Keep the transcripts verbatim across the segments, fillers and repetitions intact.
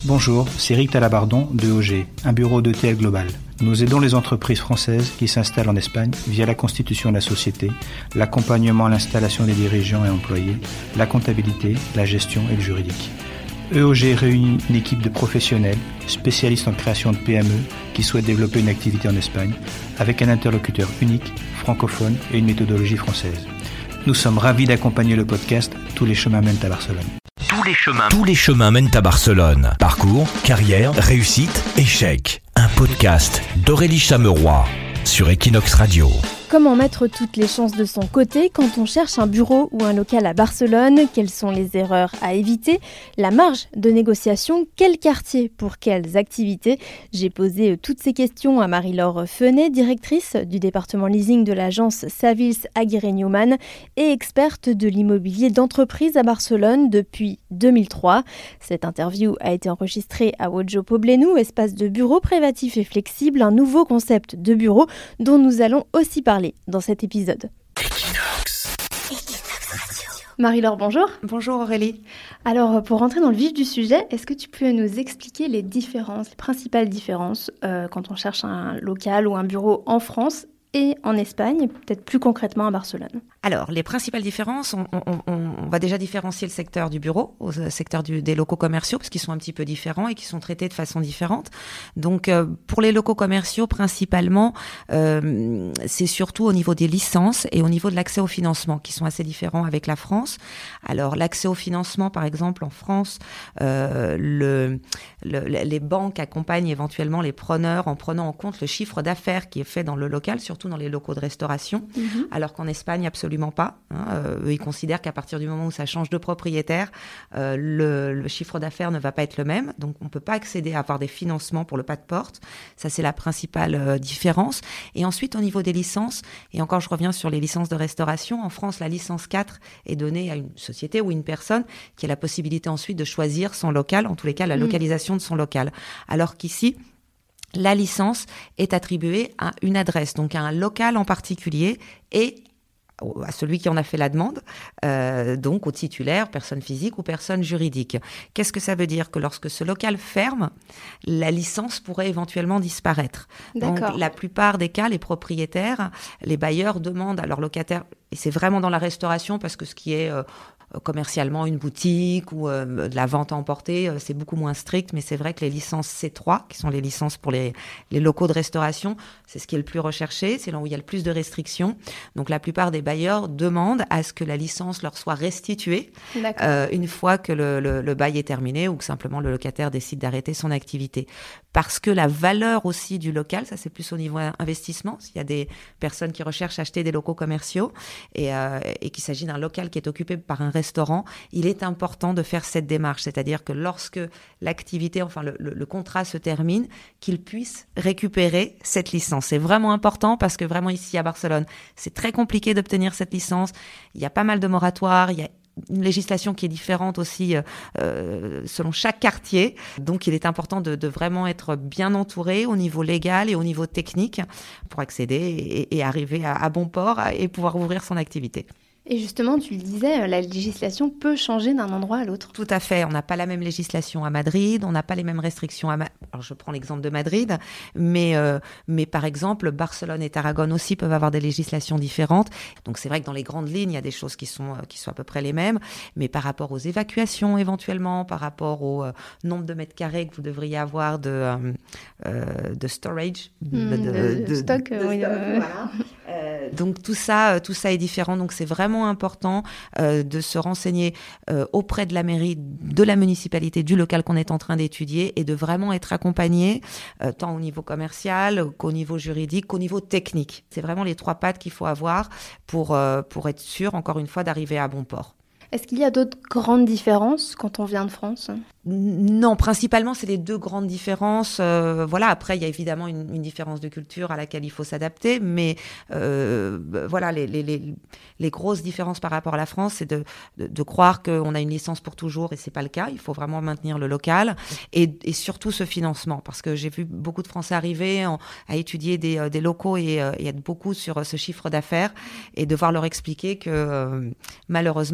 Bonjour, c'est Eric Talabardon de O G, un bureau d'E T L global. Nous aidons les entreprises françaises qui s'installent en Espagne via la constitution de la société, l'accompagnement à l'installation des dirigeants et employés, la comptabilité, la gestion et le juridique. E O G réunit une équipe de professionnels, spécialistes en création de P M E qui souhaitent développer une activité en Espagne avec un interlocuteur unique, francophone et une méthodologie française. Nous sommes ravis d'accompagner le podcast Tous les chemins mènent à Barcelone. Tous les chemins, tous les chemins mènent à Barcelone. Parcours, carrière, réussite, échec. Un podcast d'Aurélie Chameroy sur Equinox Radio. Comment mettre toutes les chances de son côté quand on cherche un bureau ou un local à Barcelone? Quelles sont les erreurs à éviter? La marge de négociation? Quel quartier pour quelles activités? J'ai posé toutes ces questions à Marie-Laure Fenet, directrice du département leasing de l'agence Savills Aguirre Newman et experte de l'immobilier d'entreprise à Barcelone depuis deux mille trois. Cette interview a été enregistrée à Ojo Poblenou, espace de bureau privatif et flexible, un nouveau concept de bureau dont nous allons aussi parler dans cet épisode. Equinox. Marie-Laure, bonjour. Bonjour Aurélie. Alors, pour rentrer dans le vif du sujet, est-ce que tu peux nous expliquer les différences, les principales différences euh, quand on cherche un local ou un bureau en France et en Espagne, peut-être plus concrètement à Barcelone? Alors, les principales différences, on, on, on, on va déjà différencier le secteur du bureau au secteur du, des locaux commerciaux, parce qu'ils sont un petit peu différents et qui sont traités de façon différente. Donc, euh, pour les locaux commerciaux, principalement, euh, c'est surtout au niveau des licences et au niveau de l'accès au financement, qui sont assez différents avec la France. Alors, l'accès au financement, par exemple, en France, euh, le, le, les banques accompagnent éventuellement les preneurs en prenant en compte le chiffre d'affaires qui est fait dans le local, surtout dans les locaux de restauration, mmh. alors qu'en Espagne, absolument pas. Hein. Euh, eux, ils considèrent qu'à partir du moment où ça change de propriétaire, euh, le, le chiffre d'affaires ne va pas être le même. Donc, on ne peut pas accéder à avoir des financements pour le pas de porte. Ça, c'est la principale euh, différence. Et ensuite, au niveau des licences, et encore, je reviens sur les licences de restauration. En France, la licence quatre est donnée à une société ou une personne qui a la possibilité ensuite de choisir son local, en tous les cas, la localisation mmh. de son local. Alors qu'ici, la licence est attribuée à une adresse, donc à un local en particulier et à celui qui en a fait la demande, euh, donc au titulaire, personne physique ou personne juridique. Qu'est-ce que ça veut dire? Que lorsque ce local ferme, la licence pourrait éventuellement disparaître. D'accord. Donc la plupart des cas, les propriétaires, les bailleurs demandent à leurs locataires, et c'est vraiment dans la restauration parce que ce qui est euh, commercialement une boutique ou euh, de la vente à emporter, euh, c'est beaucoup moins strict, mais c'est vrai que les licences C trois, qui sont les licences pour les, les locaux de restauration, c'est ce qui est le plus recherché, c'est là où il y a le plus de restrictions. Donc la plupart des bailleurs demandent à ce que la licence leur soit restituée euh, une fois que le, le, le bail est terminé ou que simplement le locataire décide d'arrêter son activité. Parce que la valeur aussi du local, ça c'est plus au niveau investissement, s'il y a des personnes qui recherchent à acheter des locaux commerciaux et, euh, et qu'il s'agit d'un local qui est occupé par un restaurant, il est important de faire cette démarche, c'est-à-dire que lorsque l'activité, enfin le, le, le contrat se termine, qu'il puisse récupérer cette licence. C'est vraiment important parce que vraiment ici à Barcelone, c'est très compliqué d'obtenir cette licence. Il y a pas mal de moratoires, il y a une législation qui est différente aussi euh, selon chaque quartier. Donc, il est important de, de vraiment être bien entouré au niveau légal et au niveau technique pour accéder et, et arriver à, à bon port et pouvoir ouvrir son activité. Et justement, tu le disais, la législation peut changer d'un endroit à l'autre. Tout à fait. On n'a pas la même législation à Madrid, on n'a pas les mêmes restrictions à... Ma... Alors, je prends l'exemple de Madrid, mais, euh, mais par exemple, Barcelone et Tarragone aussi peuvent avoir des législations différentes. Donc, c'est vrai que dans les grandes lignes, il y a des choses qui sont, qui sont à peu près les mêmes, mais par rapport aux évacuations éventuellement, par rapport au euh, nombre de mètres carrés que vous devriez avoir de, euh, euh, de storage, mmh, de, de, de stock. De oui, stock euh... voilà. euh, donc, tout ça, tout ça est différent. Donc, c'est vraiment important euh, de se renseigner euh, auprès de la mairie, de la municipalité, du local qu'on est en train d'étudier et de vraiment être accompagné euh, tant au niveau commercial qu'au niveau juridique, qu'au niveau technique. C'est vraiment les trois pattes qu'il faut avoir pour, euh, pour être sûr, encore une fois, d'arriver à bon port. Est-ce qu'il y a d'autres grandes différences quand on vient de France ? Non, principalement, c'est les deux grandes différences. Euh, voilà, après, il y a évidemment une, une différence de culture à laquelle il faut s'adapter, mais euh, voilà, les, les, les, les grosses différences par rapport à la France, c'est de, de, de croire qu'on a une licence pour toujours, et c'est pas le cas. Il faut vraiment maintenir le local et, et surtout ce financement, parce que j'ai vu beaucoup de Français arriver en, à étudier des, des locaux et, et être beaucoup sur ce chiffre d'affaires et devoir leur expliquer que euh, malheureusement, la banque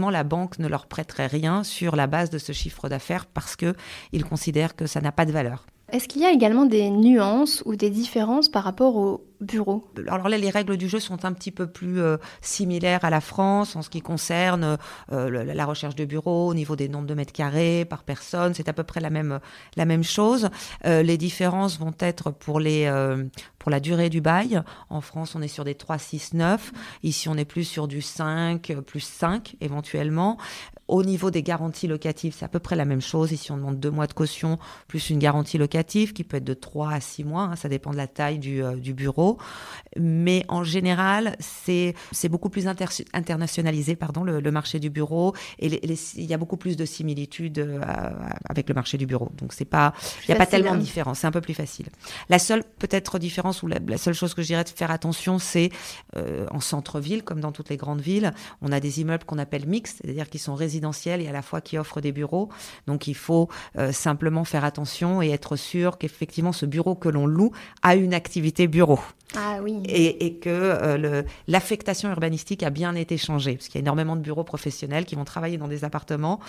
banques ne leur prêteraient rien sur la base de ce chiffre d'affaires parce qu'ils considèrent que ça n'a pas de valeur. Est-ce qu'il y a également des nuances ou des différences par rapport au bureau ? Alors là, les règles du jeu sont un petit peu plus euh, similaires à la France en ce qui concerne euh, le, la recherche de bureaux, au niveau des nombres de mètres carrés par personne. C'est à peu près la même, la même chose. Euh, les différences vont être pour, les, euh, pour la durée du bail. En France, on est sur des trois, six, neuf. Ici, on est plus sur du cinq, plus cinq éventuellement. Au niveau des garanties locatives, c'est à peu près la même chose. Ici, on demande deux mois de caution plus une garantie locative qui peut être de trois à six mois. Hein, ça dépend de la taille du, euh, du bureau. Mais en général, c'est, c'est beaucoup plus inter- internationalisé, pardon, le, le marché du bureau. Et les, les, il y a beaucoup plus de similitudes euh, avec le marché du bureau. Donc, c'est pas, il n'y a pas tellement de différence. C'est un peu plus facile. La seule peut-être différence ou la, la seule chose que je dirais de faire attention, c'est euh, en centre-ville, comme dans toutes les grandes villes, on a des immeubles qu'on appelle mixtes, c'est-à-dire qui sont résidentiels et à la fois qui offrent des bureaux. Donc, il faut euh, simplement faire attention et être sûr qu'effectivement, ce bureau que l'on loue a une activité bureau. Ah oui. Et, et que euh, le, l'affectation urbanistique a bien été changée, parce qu'il y a énormément de bureaux professionnels qui vont travailler dans des appartements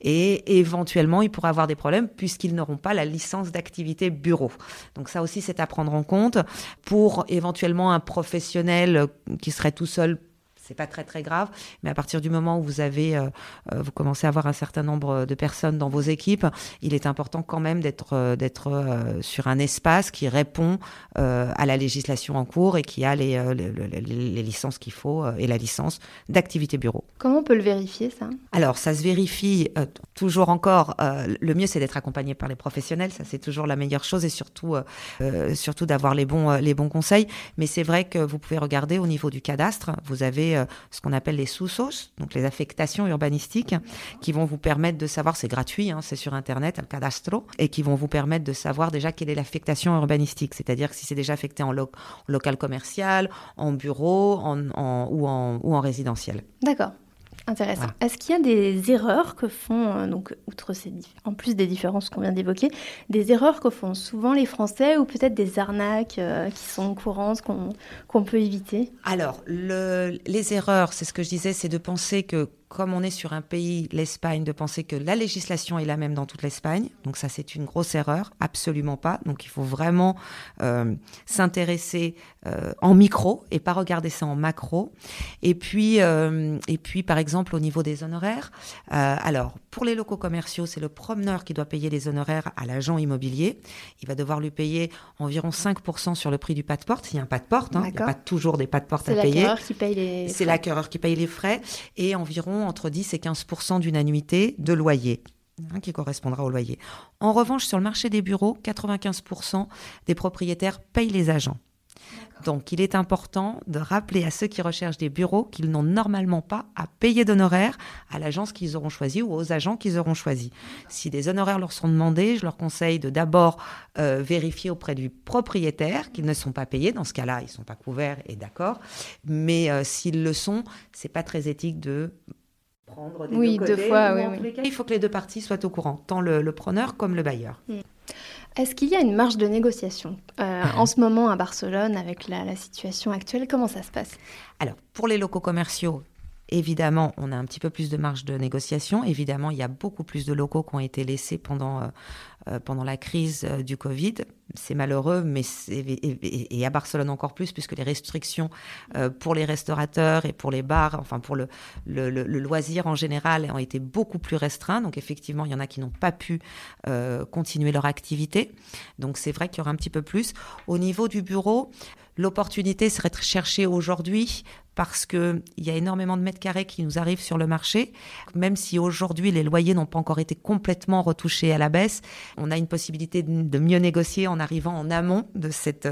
et éventuellement, ils pourraient avoir des problèmes puisqu'ils n'auront pas la licence d'activité bureau. Donc ça aussi, c'est à prendre en compte. Pour éventuellement un professionnel qui serait tout seul, c'est pas très très grave, mais à partir du moment où vous avez, euh, vous commencez à avoir un certain nombre de personnes dans vos équipes, il est important quand même d'être euh, d'être euh, sur un espace qui répond euh, à la législation en cours et qui a les, euh, les, les, les licences qu'il faut euh, et la licence d'activité bureau. Comment on peut le vérifier ça ? Alors ça se vérifie euh, toujours encore. Euh, le mieux c'est d'être accompagné par les professionnels, ça c'est toujours la meilleure chose et surtout euh, surtout d'avoir les bons euh, les bons conseils. Mais c'est vrai que vous pouvez regarder au niveau du cadastre, vous avez ce qu'on appelle les sous-sauces, donc les affectations urbanistiques, qui vont vous permettre de savoir, c'est gratuit, hein, c'est sur Internet, le cadastro, et qui vont vous permettre de savoir déjà quelle est l'affectation urbanistique, c'est-à-dire que si c'est déjà affecté en lo- local commercial, en bureau en, en, ou, en, ou en résidentiel. D'accord. Intéressant. Voilà. Est-ce qu'il y a des erreurs que font, euh, donc, outre ces dif- en plus des différences qu'on vient d'évoquer, des erreurs que font souvent les Français ou peut-être des arnaques euh, qui sont courantes qu'on, qu'on peut éviter ? Alors, le, les erreurs, c'est ce que je disais, c'est de penser que comme on est sur un pays, l'Espagne, de penser que la législation est la même dans toute l'Espagne. Donc ça, c'est une grosse erreur. Absolument pas. Donc il faut vraiment euh, s'intéresser euh, en micro et pas regarder ça en macro. Et puis, euh, et puis par exemple, au niveau des honoraires, euh, alors, pour les locaux commerciaux, c'est le promeneur qui doit payer les honoraires à l'agent immobilier. Il va devoir lui payer environ cinq pour cent sur le prix du pas de porte. S'il y a un pas de porte, hein, il n'y a pas toujours des pas de porte c'est à payer. C'est l'acquéreur qui paye les C'est frais. l'acquéreur qui paye les frais. Et environ entre dix et quinze pour cent d'une annuité de loyer, hein, qui correspondra au loyer. En revanche, sur le marché des bureaux, quatre-vingt-quinze pour cent des propriétaires payent les agents. D'accord. Donc, il est important de rappeler à ceux qui recherchent des bureaux qu'ils n'ont normalement pas à payer d'honoraires à l'agence qu'ils auront choisie ou aux agents qu'ils auront choisis. Si des honoraires leur sont demandés, je leur conseille de d'abord euh, vérifier auprès du propriétaire qu'ils ne sont pas payés. Dans ce cas-là, ils ne sont pas couverts et d'accord. Mais euh, s'ils le sont, ce n'est pas très éthique de prendre des oui, deux côtés. Deux fois, oui, en oui. tous les cas, il faut que les deux parties soient au courant, tant le, le preneur comme le bailleur. Mmh. Est-ce qu'il y a une marge de négociation euh, en ce moment à Barcelone avec la, la situation actuelle ? Comment ça se passe ? Alors, pour les locaux commerciaux, évidemment, on a un petit peu plus de marge de négociation. Évidemment, il y a beaucoup plus de locaux qui ont été laissés pendant, euh, pendant la crise euh, du Covid. C'est malheureux, mais c'est, et, et à Barcelone encore plus, puisque les restrictions euh, pour les restaurateurs et pour les bars, enfin pour le, le, le, le loisir en général, ont été beaucoup plus restreints. Donc effectivement, il y en a qui n'ont pas pu euh, continuer leur activité. Donc c'est vrai qu'il y aura un petit peu plus. Au niveau du bureau, l'opportunité serait de chercher aujourd'hui parce qu'il y a énormément de mètres carrés qui nous arrivent sur le marché. Même si aujourd'hui, les loyers n'ont pas encore été complètement retouchés à la baisse, on a une possibilité de mieux négocier en arrivant en amont de cette,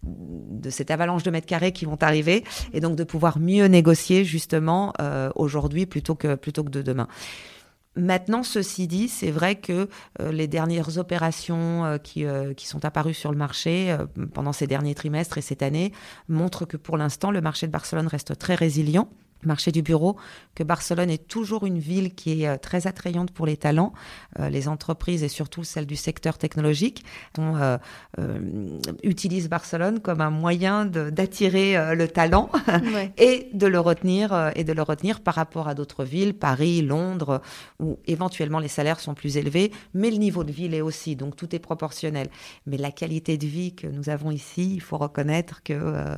de cette avalanche de mètres carrés qui vont arriver et donc de pouvoir mieux négocier justement euh, aujourd'hui plutôt que, plutôt que de demain. Maintenant, ceci dit, c'est vrai que euh, les dernières opérations euh, qui, euh, qui sont apparues sur le marché euh, pendant ces derniers trimestres et cette année montrent que pour l'instant, le marché de Barcelone reste très résilient. marché du bureau, que Barcelone est toujours une ville qui est euh, très attrayante pour les talents. Euh, les entreprises et surtout celles du secteur technologique ont, euh, euh, utilisent Barcelone comme un moyen de, d'attirer euh, le talent ouais. et de le retenir euh, et de le retenir par rapport à d'autres villes, Paris, Londres, où éventuellement les salaires sont plus élevés, mais le niveau de vie l'est aussi, donc tout est proportionnel. Mais la qualité de vie que nous avons ici, il faut reconnaître que euh,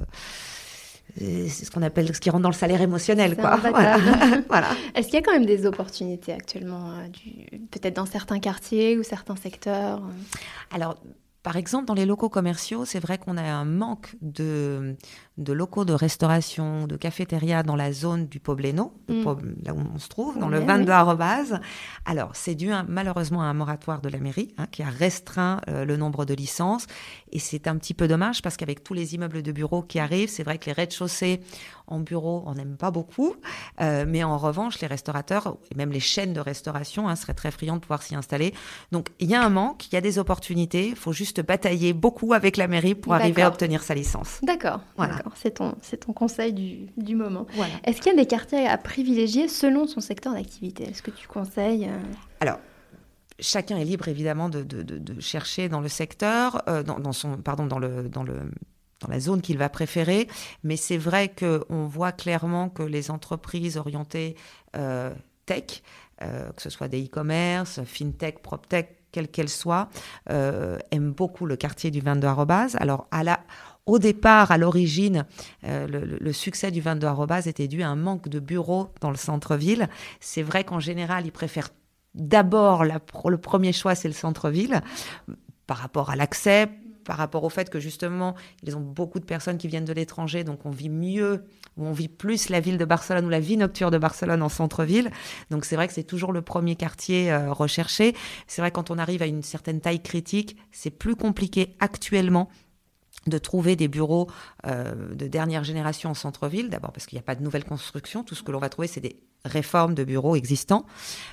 c'est ce qu'on appelle, ce qui rentre dans le salaire émotionnel, quoi. Voilà. Voilà. Est-ce qu'il y a quand même des opportunités actuellement, euh, du, peut-être dans certains quartiers ou certains secteurs euh... Alors, par exemple, dans les locaux commerciaux, c'est vrai qu'on a un manque de, de locaux de restauration, de cafétéria dans la zone du Poblenou, mm. là où on se trouve, dans oui, le vingt-deux oui. arrobase. Alors, c'est dû à, malheureusement à un moratoire de la mairie hein, qui a restreint euh, le nombre de licences. Et c'est un petit peu dommage parce qu'avec tous les immeubles de bureaux qui arrivent, c'est vrai que les rez-de-chaussée en bureau, on n'aime pas beaucoup. Euh, mais en revanche, les restaurateurs et même les chaînes de restauration hein, seraient très friands de pouvoir s'y installer. Donc, il y a un manque, il y a des opportunités. Il faut juste batailler beaucoup avec la mairie pour D'accord. arriver à obtenir sa licence. D'accord. Voilà. D'accord. C'est ton, c'est ton conseil du, du moment. Voilà. Est-ce qu'il y a des quartiers à privilégier selon son secteur d'activité ? Est-ce que tu conseilles euh... Alors, chacun est libre évidemment de, de, de, de chercher dans le secteur, euh, dans, dans son, pardon, dans le, dans le, dans la zone qu'il va préférer. Mais c'est vrai qu'on voit clairement que les entreprises orientées euh, tech, euh, que ce soit des e-commerce, fintech, proptech, quelle qu'elle soit, euh, aiment beaucoup le quartier du vingt-deux arrobase. Alors, à la, au départ, à l'origine, euh, le, le succès du vingt-deux arrobase était dû à un manque de bureaux dans le centre-ville. C'est vrai qu'en général, ils préfèrent d'abord, la, le premier choix, c'est le centre-ville, par rapport à l'accès, par rapport au fait que justement, ils ont beaucoup de personnes qui viennent de l'étranger, donc on vit mieux, ou on vit plus la ville de Barcelone ou la vie nocturne de Barcelone en centre-ville. Donc c'est vrai que c'est toujours le premier quartier euh, recherché. C'est vrai que quand on arrive à une certaine taille critique, c'est plus compliqué actuellement de trouver des bureaux euh, de dernière génération en centre-ville, d'abord parce qu'il n'y a pas de nouvelles constructions, tout ce que l'on va trouver c'est des réformes de bureaux existants,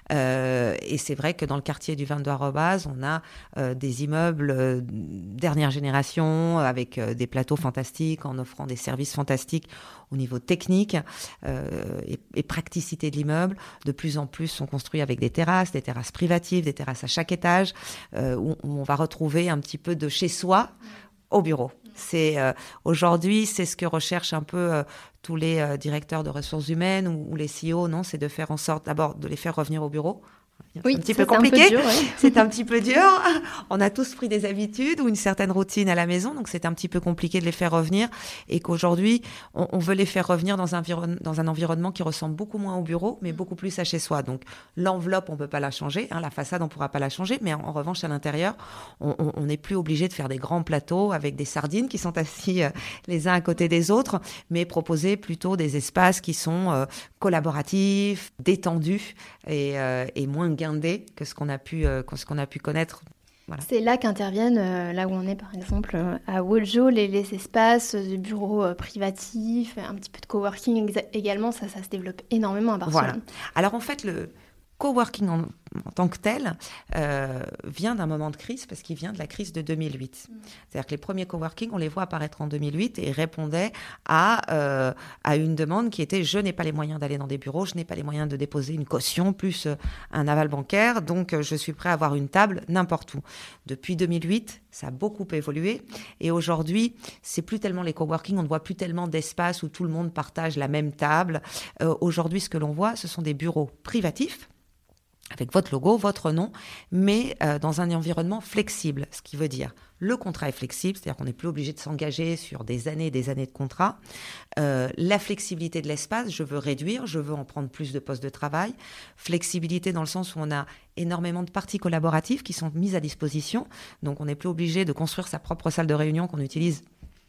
euh, et c'est vrai que dans le quartier du vingt-deux arrobase, on a euh, des immeubles euh, dernière génération, avec euh, des plateaux fantastiques, en offrant des services fantastiques au niveau technique euh, et, et praticité de l'immeuble. De plus en plus sont construits avec des terrasses, des terrasses privatives, des terrasses à chaque étage, euh, où, où on va retrouver un petit peu de chez soi au bureau. C'est euh, aujourd'hui, c'est ce que recherchent un peu euh, tous les euh, directeurs de ressources humaines ou, ou les C E O, non, c'est de faire en sorte d'abord de les faire revenir au bureau. Oui, c'est un petit ça, peu compliqué, un peu dur, ouais. C'est un petit peu dur. On a tous pris des habitudes ou une certaine routine à la maison, donc c'est un petit peu compliqué de les faire revenir. Et qu'aujourd'hui, on, on veut les faire revenir dans un, environ, dans un environnement qui ressemble beaucoup moins au bureau, mais beaucoup plus à chez soi. Donc l'enveloppe, on peut pas la changer, hein, la façade, on pourra pas la changer, mais en, en revanche, à l'intérieur, on n'est plus obligé de faire des grands plateaux avec des sardines qui sont assis euh, les uns à côté des autres, mais proposer plutôt des espaces qui sont euh, collaboratifs, détendus et, euh, et moins guindés que ce qu'on a pu, euh, ce qu'on a pu connaître. Voilà. C'est là qu'interviennent, euh, là où on est par exemple euh, à Wojo, les, les espaces de bureaux euh, privatifs, un petit peu de coworking exa- également, ça, ça se développe énormément à Barcelone. Voilà. Alors en fait, le coworking en, en tant que tel euh, vient d'un moment de crise parce qu'il vient de la crise de deux mille huit. Mmh. C'est-à-dire que les premiers coworking, on les voit apparaître en deux mille huit et répondaient à, euh, à une demande qui était « je n'ai pas les moyens d'aller dans des bureaux, je n'ai pas les moyens de déposer une caution plus euh, un aval bancaire, donc euh, je suis prêt à avoir une table n'importe où ». Depuis deux mille huit, ça a beaucoup évolué et aujourd'hui, c'est plus tellement les coworking, on ne voit plus tellement d'espace où tout le monde partage la même table. Euh, aujourd'hui, ce que l'on voit, ce sont des bureaux privatifs avec votre logo, votre nom, mais euh, dans un environnement flexible, ce qui veut dire le contrat est flexible, c'est-à-dire qu'on n'est plus obligé de s'engager sur des années et des années de contrat. Euh, la flexibilité de l'espace, je veux réduire, je veux en prendre plus de postes de travail. Flexibilité dans le sens où on a énormément de parties collaboratives qui sont mises à disposition, donc on n'est plus obligé de construire sa propre salle de réunion qu'on utilise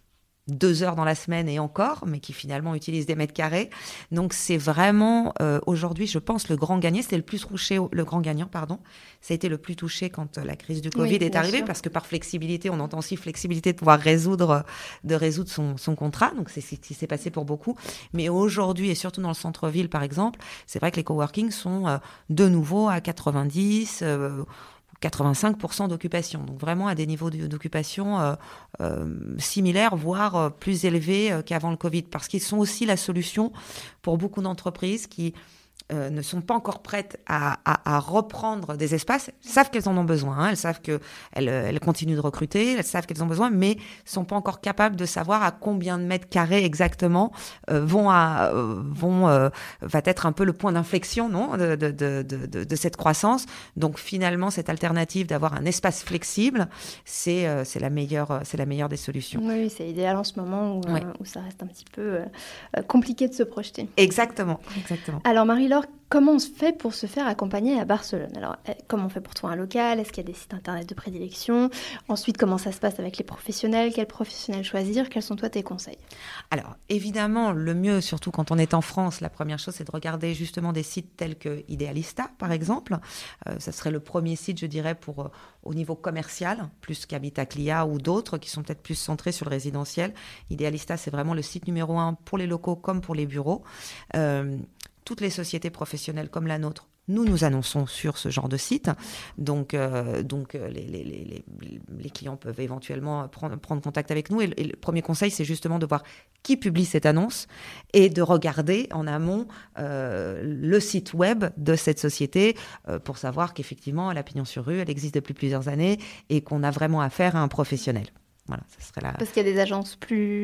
deux heures dans la semaine et encore, mais qui finalement utilisent des mètres carrés. Donc c'est vraiment euh, aujourd'hui, je pense, le grand gagnant, c'était le plus touché, le grand gagnant, pardon, ça a été le plus touché quand euh, la crise du Covid oui, est arrivée, sûr. Parce que par flexibilité, on entend aussi flexibilité de pouvoir résoudre, de résoudre son, son contrat. Donc c'est ce qui s'est passé pour beaucoup. Mais aujourd'hui et surtout dans le centre-ville, par exemple, c'est vrai que les coworking sont euh, de nouveau à quatre-vingt-dix, euh, quatre-vingt-cinq pour cent d'occupation. Donc vraiment à des niveaux d'occupation euh, euh, similaires, voire euh, plus élevés euh, qu'avant le Covid, parce qu'ils sont aussi la solution pour beaucoup d'entreprises qui Euh, ne sont pas encore prêtes à, à, à reprendre des espaces. Elles savent qu'elles en ont besoin, hein. Elles savent qu'elles elles continuent de recruter, elles savent qu'elles en ont besoin, mais ne sont pas encore capables de savoir à combien de mètres carrés exactement euh, vont à, euh, vont, euh, va être un peu le point d'inflexion non, de, de, de, de, de cette croissance. Donc finalement, cette alternative d'avoir un espace flexible, c'est, euh, c'est, la, meilleure, c'est la meilleure des solutions. Oui, c'est idéal en ce moment où, oui. euh, où ça reste un petit peu euh, compliqué de se projeter. Exactement, exactement. Alors Marie-Laure, comment on se fait pour se faire accompagner à Barcelone? Alors, comment on fait pour trouver un local? Est-ce qu'il y a des sites internet de prédilection? Ensuite, comment ça se passe avec les professionnels? Quels professionnels choisir? Quels sont toi tes conseils? Alors, évidemment, le mieux, surtout quand on est en France, la première chose, c'est de regarder justement des sites tels que Idealista, par exemple. Euh, ça serait le premier site, je dirais, pour euh, au niveau commercial, plus qu'Habitat Clia ou d'autres qui sont peut-être plus centrés sur le résidentiel. Idealista, c'est vraiment le site numéro un pour les locaux comme pour les bureaux. Euh, Toutes les sociétés professionnelles comme la nôtre, nous nous annonçons sur ce genre de site. Donc, euh, donc les, les, les, les clients peuvent éventuellement prendre, prendre contact avec nous. Et, et le premier conseil, c'est justement de voir qui publie cette annonce et de regarder en amont euh, le site web de cette société euh, pour savoir qu'effectivement, elle a pignon sur rue, elle existe depuis plusieurs années et qu'on a vraiment affaire à un professionnel. Voilà, ça serait la... Parce qu'il y a des agences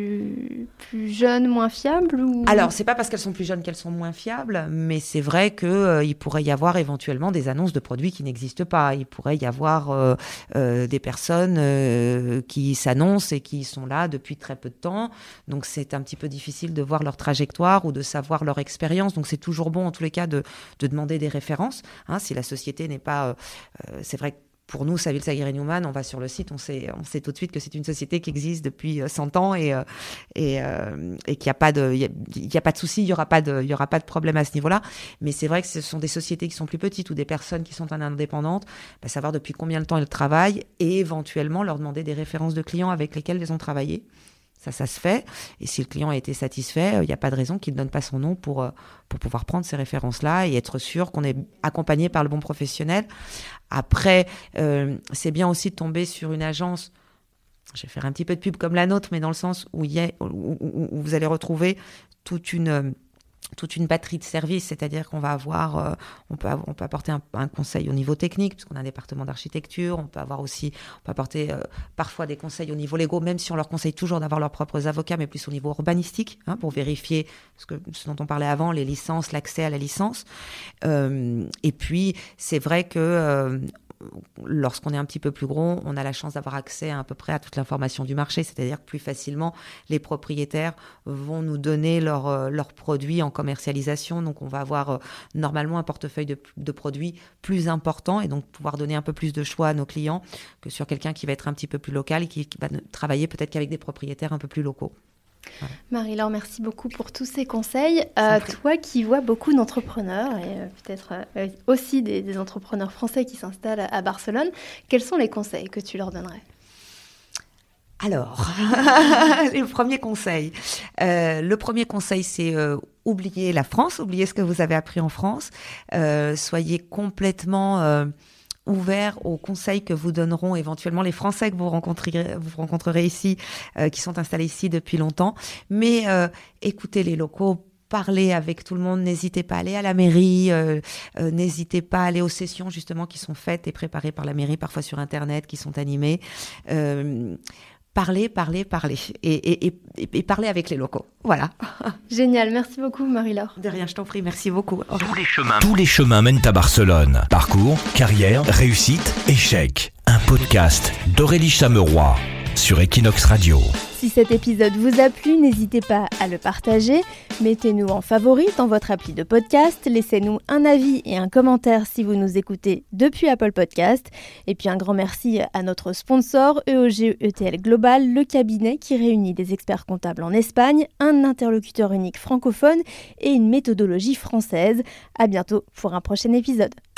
plus, plus jeunes, moins fiables ou... Alors, c'est pas parce qu'elles sont plus jeunes qu'elles sont moins fiables, mais c'est vrai qu'il euh, pourrait y avoir éventuellement des annonces de produits qui n'existent pas. Il pourrait y avoir euh, euh, des personnes euh, qui s'annoncent et qui sont là depuis très peu de temps. Donc, c'est un petit peu difficile de voir leur trajectoire ou de savoir leur expérience. Donc, c'est toujours bon, en tous les cas, de, de demander des références. Hein, si la société n'est pas... Euh, euh, c'est vrai que pour nous, Saville Saguer Newman, on va sur le site, on sait, on sait tout de suite que c'est une société qui existe depuis cent ans et, et, euh, et qu'il n'y a pas de, il y a, il y a pas de souci, il n'y aura pas de, il y aura pas de problème à ce niveau-là. Mais c'est vrai que ce sont des sociétés qui sont plus petites ou des personnes qui sont indépendantes, bah, savoir depuis combien de temps elles travaillent et éventuellement leur demander des références de clients avec lesquels elles ont travaillé. Ça, ça se fait. Et si le client a été satisfait, il n'y a pas de raison qu'il ne donne pas son nom pour, pour pouvoir prendre ces références-là et être sûr qu'on est accompagné par le bon professionnel. Après, euh, c'est bien aussi de tomber sur une agence, je vais faire un petit peu de pub comme la nôtre, mais dans le sens où, il y a, où, où, où vous allez retrouver toute une... toute une batterie de services, c'est-à-dire qu'on va avoir, euh, on peut, on peut apporter un, un conseil au niveau technique, puisqu'on a un département d'architecture, on peut avoir aussi, on peut apporter euh, parfois des conseils au niveau légaux, même si on leur conseille toujours d'avoir leurs propres avocats, mais plus au niveau urbanistique, hein, pour vérifier ce, que, ce dont on parlait avant, les licences, l'accès à la licence. Euh, et puis, c'est vrai que euh, lorsqu'on est un petit peu plus gros, on a la chance d'avoir accès à, à peu près à toute l'information du marché, c'est-à-dire que plus facilement, les propriétaires vont nous donner leurs leurs produits en commercialisation, donc on va avoir euh, normalement un portefeuille de, de produits plus important et donc pouvoir donner un peu plus de choix à nos clients que sur quelqu'un qui va être un petit peu plus local et qui, qui va travailler peut-être qu'avec des propriétaires un peu plus locaux. Voilà. Marie-Laure, merci beaucoup pour tous ces conseils. Euh, toi qui vois beaucoup d'entrepreneurs et euh, peut-être euh, aussi des, des entrepreneurs français qui s'installent à Barcelone, quels sont les conseils que tu leur donnerais ? Alors, les premiers conseils. Euh, le premier conseil, c'est euh, oublier la France, oublier ce que vous avez appris en France. Euh, soyez complètement euh, ouverts aux conseils que vous donneront éventuellement les Français que vous rencontrerez, vous rencontrerez ici, euh, qui sont installés ici depuis longtemps. Mais euh, écoutez les locaux. Parler avec tout le monde, n'hésitez pas à aller à la mairie, euh, euh, n'hésitez pas à aller aux sessions justement qui sont faites et préparées par la mairie, parfois sur Internet, qui sont animées. Euh, Parler, parler, parler et, et, et, et parler avec les locaux. Voilà. Génial, merci beaucoup Marie-Laure. De rien, je t'en prie, merci beaucoup. Tous les chemins, tous les chemins mènent à Barcelone. Parcours, carrière, réussite, échec. Un podcast d'Aurélie Chameroy sur Equinox Radio. Si cet épisode vous a plu, n'hésitez pas à le partager. Mettez-nous en favori dans votre appli de podcast. Laissez-nous un avis et un commentaire si vous nous écoutez depuis Apple Podcast. Et puis un grand merci à notre sponsor E O G E T L Global, le cabinet qui réunit des experts comptables en Espagne, un interlocuteur unique francophone et une méthodologie française. À bientôt pour un prochain épisode.